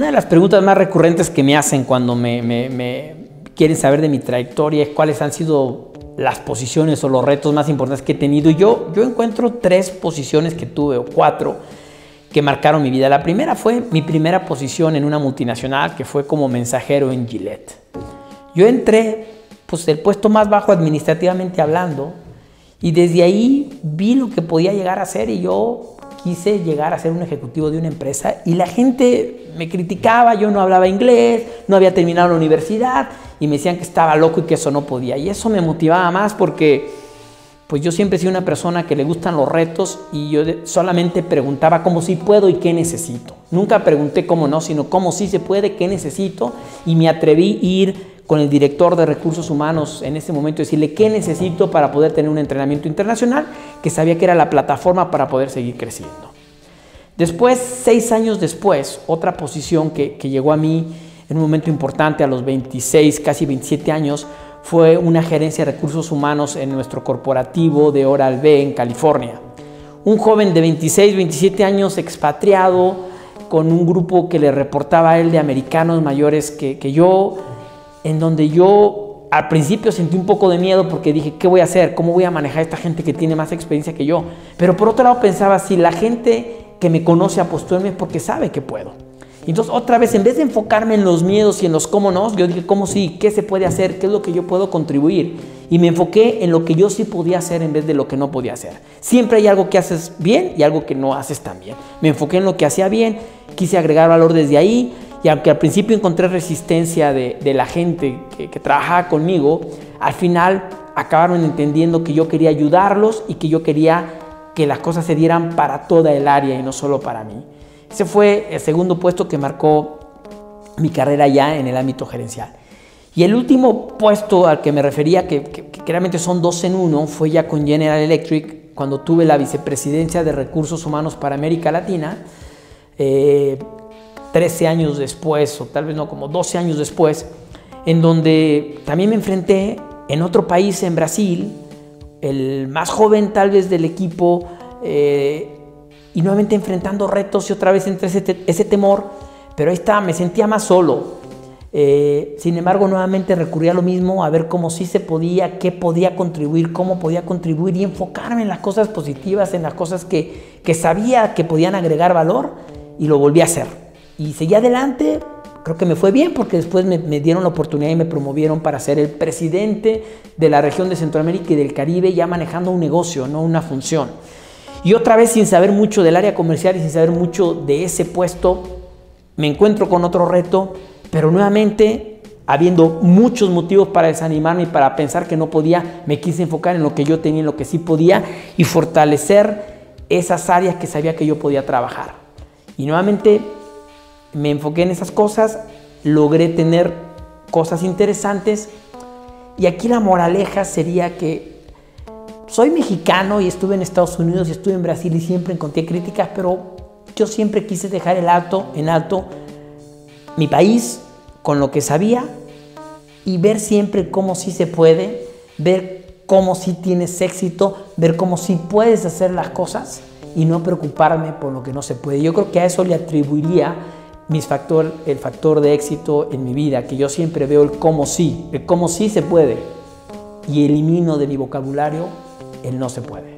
Una de las preguntas más recurrentes que me hacen cuando me quieren saber de mi trayectoria es cuáles han sido las posiciones o los retos más importantes que he tenido. Y yo encuentro 3 posiciones que tuve, o 4, que marcaron mi vida. La primera fue mi primera posición en una multinacional, que fue como mensajero en Gillette. Yo entré, pues, el puesto más bajo administrativamente hablando, y desde ahí vi lo que podía llegar a ser, y yo quise llegar a ser un ejecutivo de una empresa, y la gente me criticaba. Yo no hablaba inglés, no había terminado la universidad, y me decían que estaba loco y que eso no podía. Y eso me motivaba más porque pues yo siempre he sido una persona que le gustan los retos, y yo solamente preguntaba cómo sí puedo y qué necesito. Nunca pregunté cómo no, sino cómo sí se puede, qué necesito, y me atreví a ir con el director de recursos humanos en ese momento, decirle qué necesito para poder tener un entrenamiento internacional, que sabía que era la plataforma para poder seguir creciendo. Después, 6 años después, otra posición que llegó a mí en un momento importante, a los 26, casi 27 años, fue una gerencia de recursos humanos en nuestro corporativo de Oral-B en California. Un joven de 26, 27 años, expatriado, con un grupo que le reportaba a él de americanos mayores que yo, en donde yo al principio sentí un poco de miedo porque dije, ¿qué voy a hacer? ¿Cómo voy a manejar a esta gente que tiene más experiencia que yo? Pero por otro lado pensaba, si la gente que me conoce apostó en mí es porque sabe que puedo. Entonces, otra vez, en vez de enfocarme en los miedos y en los cómo no, yo dije, ¿cómo sí? ¿Qué se puede hacer? ¿Qué es lo que yo puedo contribuir? Y me enfoqué en lo que yo sí podía hacer en vez de lo que no podía hacer. Siempre hay algo que haces bien y algo que no haces tan bien. Me enfoqué en lo que hacía bien, quise agregar valor desde ahí, y aunque al principio encontré resistencia de la gente que trabajaba conmigo, al final acabaron entendiendo que yo quería ayudarlos y que yo quería que las cosas se dieran para toda el área y no solo para mí. Ese fue el segundo puesto que marcó mi carrera ya en el ámbito gerencial. Y el último puesto al que me refería, que realmente son 2 en 1, fue ya con General Electric, cuando tuve la vicepresidencia de Recursos Humanos para América Latina, 13 años después, o tal vez no, como 12 años después, en donde también me enfrenté en otro país, en Brasil, el más joven tal vez del equipo, y nuevamente enfrentando retos, y otra vez entre ese temor, pero ahí estaba, me sentía más solo. Sin embargo, nuevamente recurrí a lo mismo, a ver cómo sí se podía, qué podía contribuir, cómo podía contribuir, y enfocarme en las cosas positivas, en las cosas que sabía que podían agregar valor, y lo volví a hacer. Y seguí adelante. Creo que me fue bien porque después me dieron la oportunidad y me promovieron para ser el presidente de la región de Centroamérica y del Caribe, ya manejando un negocio, no una función. Y otra vez, sin saber mucho del área comercial y sin saber mucho de ese puesto, me encuentro con otro reto, pero nuevamente, habiendo muchos motivos para desanimarme y para pensar que no podía, me quise enfocar en lo que yo tenía, en lo que sí podía, y fortalecer esas áreas que sabía que yo podía trabajar. Y nuevamente me enfoqué en esas cosas, logré tener cosas interesantes, y aquí la moraleja sería que soy mexicano y estuve en Estados Unidos y estuve en Brasil y siempre encontré críticas, pero yo siempre quise dejar en alto mi país con lo que sabía, y ver siempre cómo sí se puede, ver cómo sí tienes éxito, ver cómo sí puedes hacer las cosas y no preocuparme por lo que no se puede. Yo creo que a eso le atribuiría el factor de éxito en mi vida, que yo siempre veo el cómo sí se puede, y elimino de mi vocabulario el no se puede.